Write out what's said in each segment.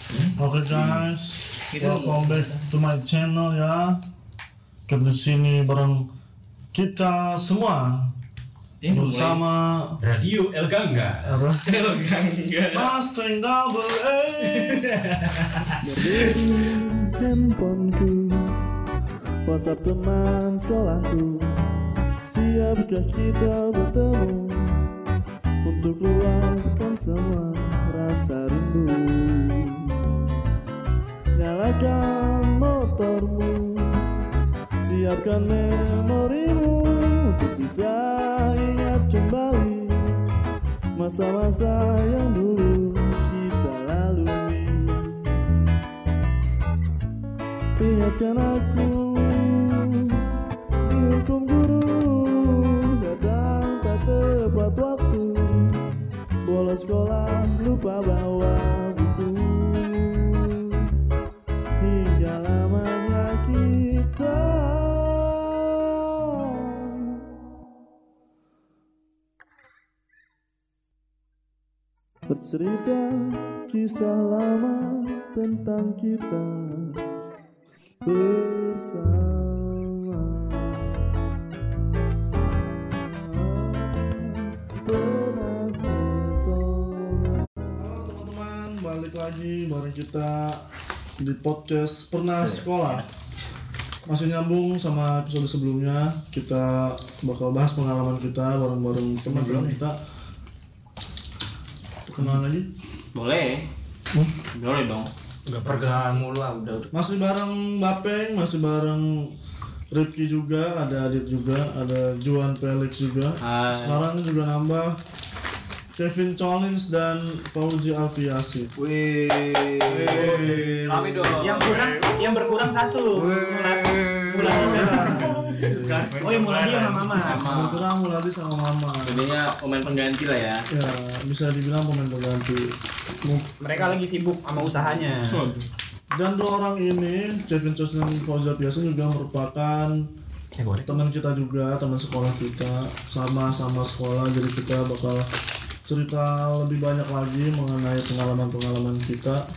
Oke guys, welcome back to my channel ya. Kita di sini bareng kita semua bersama Radio El Gangga. Mustang Double A. Handphoneku, WhatsApp teman sekolahku. Siapkah kita bertemu untuk luapkan semua rasa rindu? Nyalakan motormu, siapkan memorimu untuk bisa ingat kembali masa-masa yang dulu kita lalui. Ingatkan aku, dihukum guru, datang tak tepat waktu, bolos sekolah lupa bawa buku. Hingga lamanya kita bercerita kisah lama tentang kita bersama. Pernah sekolah. Halo teman-teman, balik lagi bareng kita di podcast Pernah Sekolah. Masih nyambung sama episode sebelumnya. Kita bakal bahas pengalaman kita bareng-bareng teman-teman kita. Kenalan lagi? Boleh. Boleh dong. Enggak perkenalan mulu lah, udah. Masih bareng Bapeng, masih bareng Rifki juga, ada Adit juga, ada Juan Felix juga. Hai. Sekarang juga nambah Kevin Collins dan Fauzi Alfiasi. Wih. Rame dong. Yang berkurang satu. Mulai sama Mama. Kebetulan Muladi sama Mama. Jadinya pemain pengganti lah ya. Ya, bisa dibilang pemain pengganti. Mereka lagi sibuk sama usahanya. Dan dua orang ini, Kevin Collins dan Fauzi Alfiasi juga merupakan teman kita juga, teman sekolah kita, sama-sama sekolah. Jadi kita bakal cerita lebih banyak lagi mengenai pengalaman-pengalaman kita.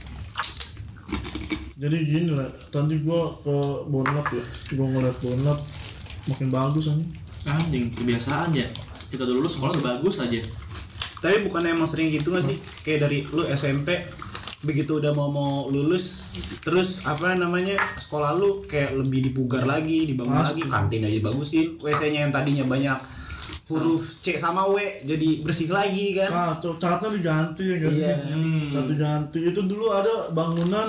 Jadi gini lah, tadi gua ke Bonlap ya, gua ngeliat Bonlap makin bagus Anjing, kebiasaan ya. Kita dulu sekolah bagus aja. Tapi bukan emang sering gitu nggak sih? Kayak dari lu SMP, begitu udah mau lulus, terus apa namanya sekolah lu kayak lebih dipugar lagi, dibangun lagi, kantin aja bagusin, WC-nya yang tadinya banyak huruf C sama W jadi bersih lagi kan? Catnya diganti ya guys. Iya. Cat diganti. Itu dulu ada bangunan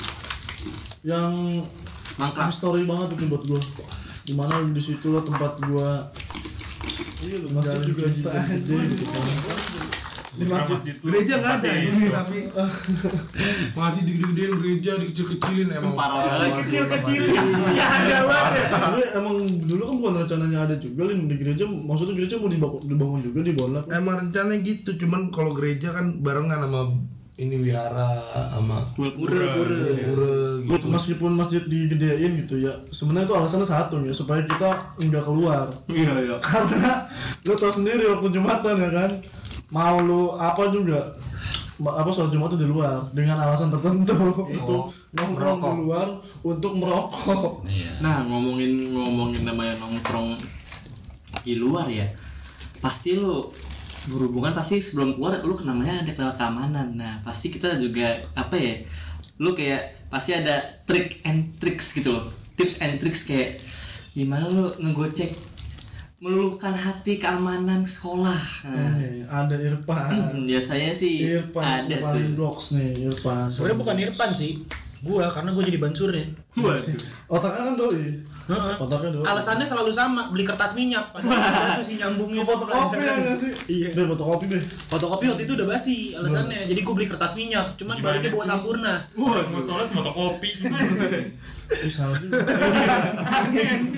yang Mangkrak. history banget itu buat gua. Dimana di situ lah tempat gua. Iya, masjid juga gede gitu kan. Di masjid gereja nggak ada ini, tapi masjid digede-gedein, gereja dikecil-kecilin emang. Kecil-kecilin, sih ada banget. Tapi emang dulu kan bukan rencananya ada juga Lin di gereja. Maksudnya gereja mau dibangun juga di Bonlap. Emang rencananya gitu, cuman kalau gereja kan barengan sama ini wihara sama Pura. gitu. Meskipun masjid digedein gitu ya, sebenarnya itu alasannya satu ya, supaya kita nggak keluar. Iya. Karena lu tau sendiri waktu Jumatan ya kan, mau lu apa juga sholat Jumat itu di luar dengan alasan tertentu itu nongkrong di luar untuk merokok. Nah, ngomongin namanya nongkrong di luar ya. Pasti lu berhubungan pasti sebelum keluar lu namanya ada kenal keamanan. Nah, pasti kita juga apa ya? Lu kayak pasti ada trick and tricks gitu loh. Tips and tricks kayak gimana lu ngegocek meluluhkan hati keamanan sekolah. Nah, Ada Irfan. biasanya sih Irfan ada paling tuh. dogs nih Irfan. Sebenarnya bukan Irfan sih, gua karena gua jadi bansur ya. Waduh. Otaknya kan doi. Otaknya doi. Alasannya selalu sama, beli kertas minyak. Padahal itu sih nyambungnya. Fotokopi ya nggak sih? Iya. Deh fotokopi deh. Fotokopi waktu itu udah basi alasannya. Jadi gua beli kertas minyak, cuman Gimana baliknya bawa sih? sampurna. Wah, mau sholat fotokopi gimana sih? Salah juga. Aneh sih.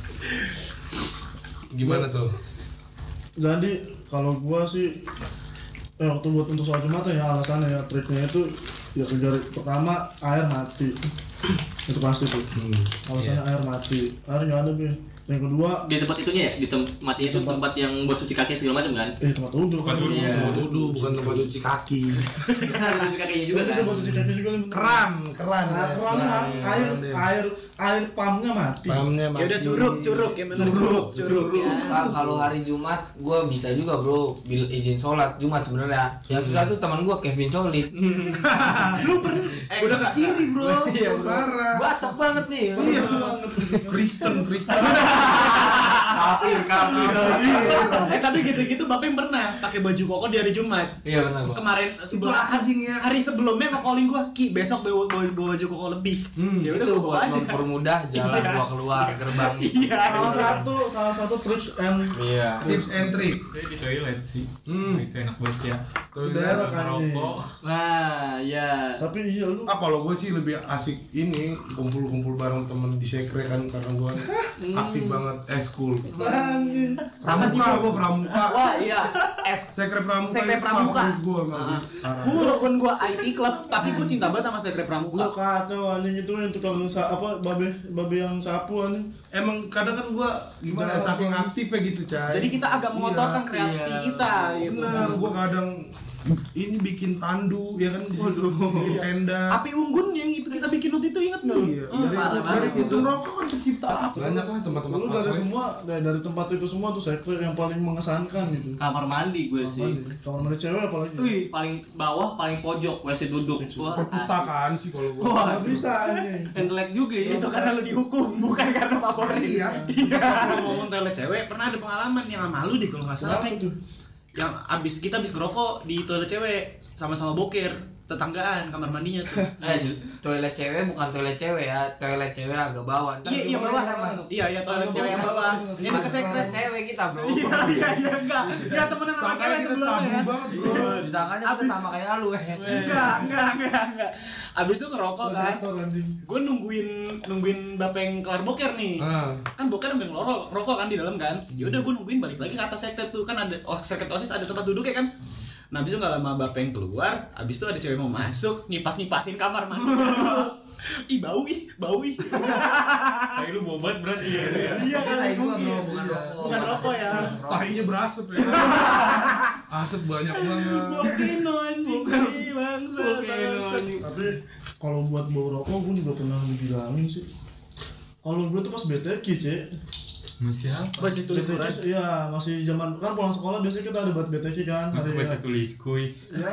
Gimana tuh? Jadi kalau gua sih waktu buat untuk soal Jumatan ya alasannya ya triknya itu Ya kejar pertama air mati. Itu pasti tuh. Alasannya air mati. Air nggak ada Be. Yang kedua Di tempat itunya ya, di tempat itu tempat yang buat cuci kaki segala macam kan? tempat duduk. Tempat duduk. Iya. Tempat duduk bukan tempat cuci kaki. Kan ada cuci kakinya juga Juga bisa kan? buat cuci kaki juga nih. Keran. Nah, keran air pumpnya mati. Pumpnya Ya udah curug yang benar curug ya. Kalau hari Jumat gue bisa juga bro izin sholat Jumat sebenarnya. Yang susah tuh teman gue Kevin Colit. Udah kiri bro. Iya bro. Parah. Batak banget nih. Kristen. Kafir. Tapi gitu-gitu Bapak yang pernah pakai baju koko di hari Jumat. Iya benar gua. Kemarin hari sebelumnya nge-calling gua, Ki besok bawa baju koko lebih. Ya udah Itu gua bawa buat aja. mempermudah jalan gua keluar gerbang. Iya. Salah satu tips and Iya. Tips and trick. Saya di toilet sih. Itu enak banget ya. daerah kan ini. Ngerokok. Nah, ya. Tapi iya lu Kalau gue sih lebih asik ini kumpul-kumpul bareng temen di sekre kan karena gue aktif banget eskul. anjing. Sama sih Gue pramuka. Wah, iya. Sekre pramuka. Sekre pramuka. Gue Gua walaupun gua IT club, tapi gua cinta banget sama sekre Lu pramuka. kacau anjing itu yang tukang babe yang sapu anjing. Emang kadang kan gue gimana Jangan. saking aktif ya gitu Cai. Jadi kita agak mengotorkan kreasi kita gitu. Benar, gue kadang ini bikin tandu ya kan di situ bikin tenda. Api unggun yang itu kita bikin waktu itu inget nggak? Iya, dari pintu rokok kan tercipta api. Banyak lah tempat-tempat Lu dari apa. semua dari tempat itu semua tuh sekre yang paling mengesankan gitu. Kamar mandi gue sih. Kamar mandi cewek apalagi. Wih, paling bawah, paling pojok, WC duduk. Wah, Perpustakaan sih kalau gue. Wah, Nggak bisa anjing. intelek juga ya. Itu karena lu dihukum, bukan karena favorit. Iya. Kalau ngomong toilet cewek, pernah ada pengalaman yang sama lu deh kalau nggak salah. Kenapa tuh? Yang kita abis ngerokok di toilet cewek sama-sama boker, tetanggaan kamar mandinya tuh. Toilet cewek bukan toilet cewek ya, toilet cewek agak bawah. Ntar Iya, dulu bawah. kita masuk. Iya, toilet cewek yang bawah. Ini deket sekret. Toilet cewek kita bro. Iya, enggak. Ya temenan sama Sangkanya cewek kita sebelumnya cabul ya. banget bro. Disangkanya kita sama kayak lu Enggak. Abis itu ngerokok kan. Kotor, anjing. Gue nungguin bapak yang kelar boker nih. Kan boker sambil ngerokok kan di dalam kan. Ya udah gue nungguin balik lagi ke atas sekret tuh kan ada sekret OSIS ada tempat duduk ya kan. Nah abis itu nggak lama bapak yang keluar, abis itu ada cewek mau masuk nyipasin kamar mandi. Ih bau ih. Kayak lu bobat berarti ya. Iya kan Kita juga bro, mungkin. bukan rokok. Bukan rokok ya. Tahinya berasap ya. Asap banyak banget. Volcano anjing. Bangsa. Tapi kalau buat bau rokok gue juga pernah dibilangin sih. Kalau gue tuh pas BTK, Cek. Masih apa? Baca tulis Quran. BTK, iya, masih zaman kan pulang sekolah biasanya kita ada buat BTK kan. Masa hari- baca tulis kuy. Ya.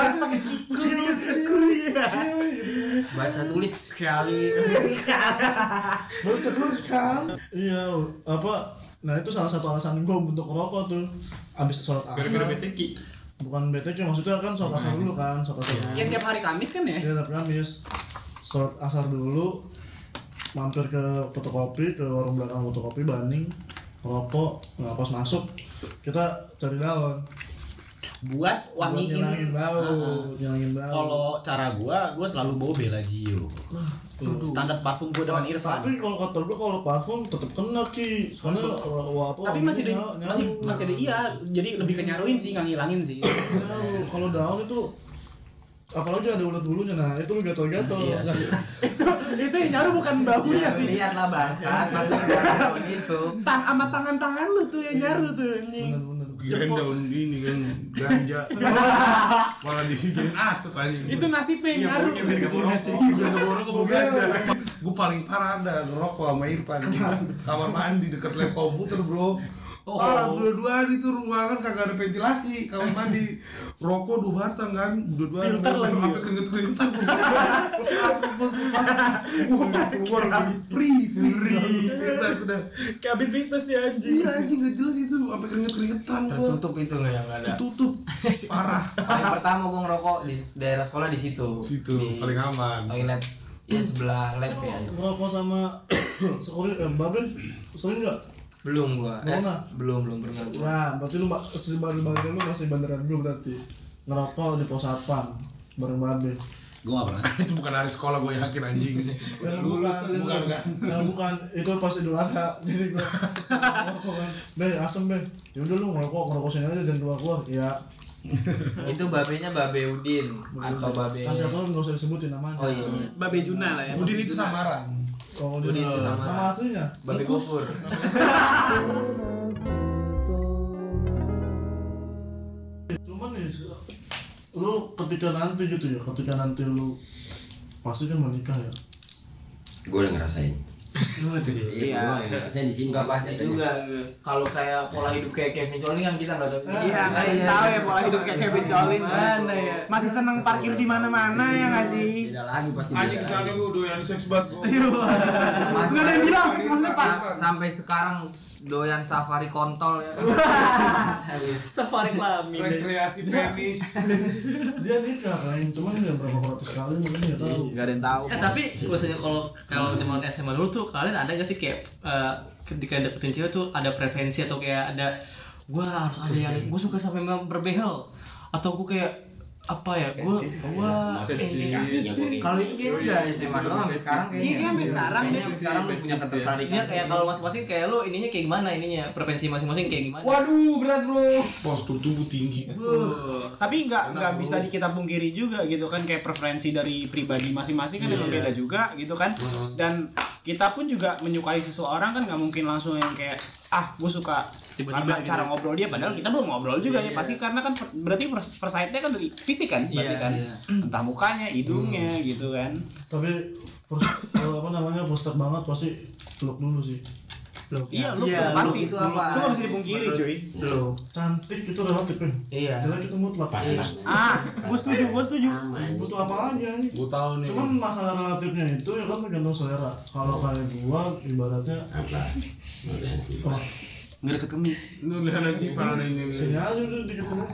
Baca tulis kali. Baru terus kan. Iya, apa? Nah itu salah satu alasan gue untuk ngerokok tuh. Abis sholat Gara-gara asar. BTK. Bukan BTK, maksudnya kan sholat asar dulu kan, sholat asar. Yang tiap hari Kamis kan ya? Iya, tapi Kamis. Sholat asar dulu, mampir ke fotokopi, ke warung belakang fotokopi Banding, rokok. Nah pas masuk kita cari daun. Buat wangiin. Ngilangin bau, ngilangin bau. Kalau cara gua selalu bawa Bellagio. Standar parfum gua dengan Irfan. Tapi kalau kata gue kalau parfum tetap kena Ki, karena Tapi masih ada masih ada iya, jadi lebih ke nyaruin sih, nggak ngilangin sih. nyaru. Kalau daun itu apalagi ada ulat bulunya, nah itu lu gatal-gatal. Iya sih. itu yang nyaru bukan baunya sih. Lihatlah bangsa, daun itu. Sama tangan lu tuh yang nyaru tuh anjing. Bener-bener. Kirain daun ini kan ganja. Malah dijadiin asap anjing. Itu nasibnya yang nyaru. Baunya biar gak bau rokok. Biar nggak borok ke ganja. Gue paling parah ada ngerokok sama Irfan di kamar mandi deket lab komputer bro. Dua-duaan itu ruangan kagak ada ventilasi, kamar mandi rokok 2 batang kan, dua-duaan Filter lagi. sampai keringet-keringetan. Gua keluar lagi free. Kita sudah. Kabin bisnis ya anjing. Iya anjing nggak jelas itu sampai keringet-keringetan gua. Tertutup itu yang ada. Tutup parah. Paling pertama gue ngerokok di daerah sekolah di situ. Situ Di paling aman. toilet ya sebelah lab ya. Ngerokok sama sekali Baben sering nggak? Belum gua. Mana? Belum pernah gua. Nah, berarti lu sebagian lu masih beneran gue berarti ngerokok di pos satpam bareng Babe. Gua nggak pernah. Itu bukan hari sekolah gue yakin anjing. Yang bukan itu pas Idul Adha. Jadi gue ngerokok kan. Be, asem be. Ya udah lu ngerokok sini aja jangan keluar. Iya. Itu babenya Babe Udin atau Babe. Kan jatuh nggak usah disebutin namanya. Oh iya. Babe Juna lah ya. Udin itu samaran. Oh, Udin itu sama. nama aslinya. Babe Gofur. Cuman nih, lu ketika nanti gitu ya, ketika nanti lu pasti kan menikah ya. Gue udah ngerasain. Iya. Ngerasain di sini. Enggak pasti juga. Kalau kayak pola hidup kayak Kevin Colin kan kita enggak tahu. Iya, nggak ada yang tahu ya pola hidup kayak Kevin Colin. Mana ya? Masih seneng parkir di mana-mana ya nggak sih? Beda lagi pasti. Anjing kesana gue doyan seks banget gue. Nggak ada yang bilang seks maksudnya Pak. Sampai sekarang doyan safari kontol ya. Safari kelamin. Rekreasi penis. Dia nikah kan, cuman ya berapa ratus kali mungkin nggak tahu. Nggak ada yang tahu. Tapi maksudnya kalau zaman SMA dulu tuh kalian ada gak sih kayak ketika deketin cewek tuh ada preferensi atau kayak ada gua harus ada yang gua suka sampai berbehel atau gua kayak apa ya gua Kalau itu kayaknya udah SMA doang sampai sekarang kayaknya. Iya, sampai sekarang. Kayaknya sampai sekarang lu punya ketertarikan. Iya kayak kalau masing-masing kayak lu ininya kayak gimana ininya preferensi masing-masing kayak gimana. Waduh, berat bro. Postur tubuh tinggi. Tapi nggak bisa kita pungkiri juga gitu kan, kayak preferensi dari pribadi masing-masing kan emang beda juga gitu kan. Dan kita pun juga menyukai seseorang kan nggak mungkin langsung yang kayak gue suka karena cara ngobrol dia, padahal kita belum ngobrol juga ya pasti, karena kan berarti first sight-nya kan dari fisik kan berarti kan, entah mukanya, hidungnya gitu kan. Tapi kalau apa namanya first step banget pasti peluk dulu sih. Iya, lu pasti itu apa? itu nggak bisa dipungkiri cuy. Lu. Cantik itu relatif kan. Iya. Jelek itu mutlak. Gue setuju. Butuh apa lagi anjing? Gue tahu nih. Cuman masalah relatifnya itu ya kan tergantung selera. Kalau kayak gua ibaratnya oh, Nggak deket kemi. Lu lihat aja para ini. sini aja udah dikit dulu.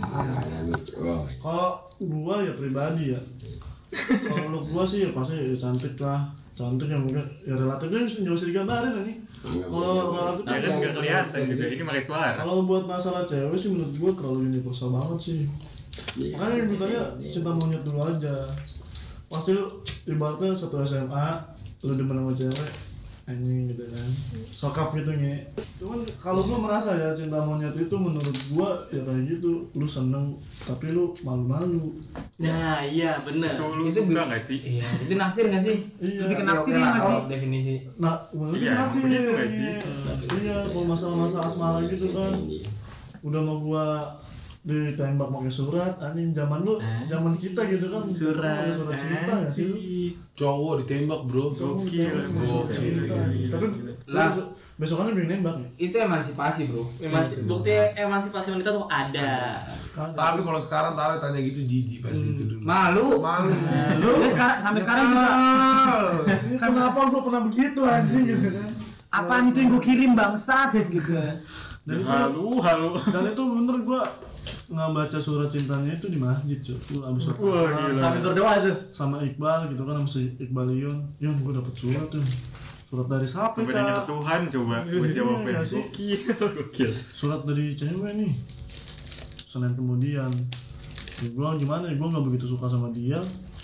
Kalau gua ya pribadi ya. Kalau gua sih ya pasti ya cantik lah. Cantik yang mungkin ya relatifnya nggak usah digambarin nih. Kalau relatif Ya kan nggak kelihatan juga, ini pakai suara. Kalau buat masalah cewek sih menurut gua terlalu universal banget sih. Makanya yang bertanya cinta monyet dulu aja. Pasti lu ibaratnya satu SMA lu demen sama cewek anjing gitu kan, sokap gitu nge. Cuman kalau gua merasa ya cinta monyet itu menurut gua ya kayak gitu, lu seneng tapi lu malu-malu. Nah iya bener. Itu lu Itu suka nggak sih? Iya, itu naksir nggak sih? Iya. Lebih ke Oke, naksir oke ya lah, nggak sih? kalau definisi. Nah, menurut Iya, gua sih begitu nggak sih? Iya, kalau masalah-masalah asmara gitu kan udah mau gua ditembak pakai surat, anjing zaman lu, zaman kita gitu kan Surat. surat cinta nggak sih? Cowok ditembak bro. Gokil. Tapi Lah. besokannya belum nembak ya? Itu emansipasi bro. Bukti emansipasi wanita tuh ada. Tapi kalau sekarang taruh tanya gitu jijik pasti itu dulu. Malu. Malu. Lu sampai sekarang juga. Ini kenapa gua pernah begitu anjing gitu kan? Apaan itu yang gue kirim bangsat gitu. Dan itu, Halu. dan itu bener gua nggak baca surat cintanya itu di masjid cuy. Gua abis Wah, gila. Sampai berdoa tuh. sama Iqbal gitu kan, sama si Iqbal Yon gua dapet surat tuh. Surat dari siapa Sampai nanya ke kak? Tuhan coba buat Iya, jawabnya. nggak sih? Gokil. Surat dari cewek nih. Senin kemudian ya, gua gimana ya, gua nggak begitu suka sama dia.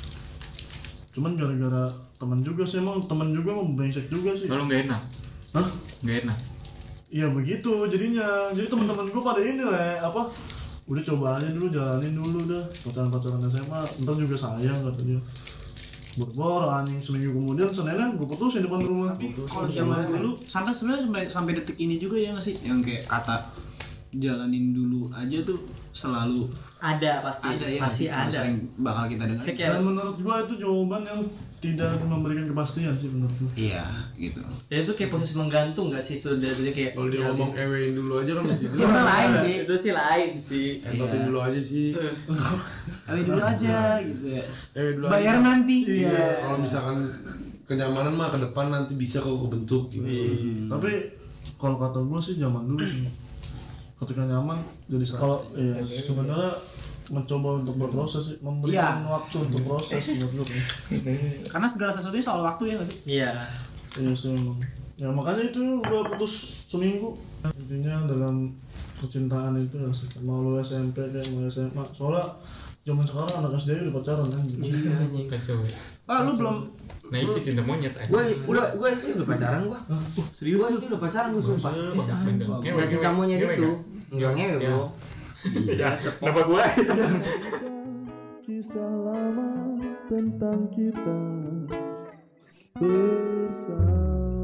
Cuman gara-gara teman juga sih, emang teman juga mau brengsek juga sih. Kalau nggak enak, Hah? nggak enak. Iya begitu jadinya. Jadi teman-teman gua pada ini lah apa? Udah coba aja dulu, jalanin dulu dah pacaran SMA, ntar juga sayang kata dia. Bor anjing, seminggu kemudian Seninnya gue putusin depan rumah. Kalau zaman dulu sampai detik ini juga ya nggak sih, yang kayak kata jalanin dulu aja tuh selalu Ada pasti. ada ya, Pasti ada. sering bakal kita dengar. Dan menurut gua itu jawaban yang tidak memberikan kepastian sih menurut gua. Iya gitu. Dan itu kayak posisi menggantung nggak sih itu dari kayak. Kalau dia ngomong ewein dulu aja kan masih Itu lain sih. Itu sih lain sih. Entotin dulu aja sih. Kali dulu aja gitu ya. Ewe dulu Bayar aja. nanti. Iya. Kalau misalkan kenyamanan mah ke depan nanti bisa kok kebentuk gitu. Tapi kalau kata gua sih zaman dulu sih. Ketika nyaman jadi kalau sebenarnya mencoba untuk berproses sih, memberikan waktu untuk proses menurut gua. Karena segala sesuatunya soal waktu ya nggak sih? Iya. Iya sih emang. Ya makanya itu gua putus seminggu. Intinya dalam percintaan itu ya, mau lu SMP kayak mau SMA. Soalnya zaman sekarang anak SD udah pacaran kan. Kan cewek. Lu belum. Nah itu cinta monyet aja. Gue itu udah pacaran gue. Serius Gue itu udah pacaran gue sumpah. Ngewe, Udah cinta monyet ngewe itu. nggak? Enggak ngewe bro. Ya, kenapa gue? Kisah lama tentang kita bersama.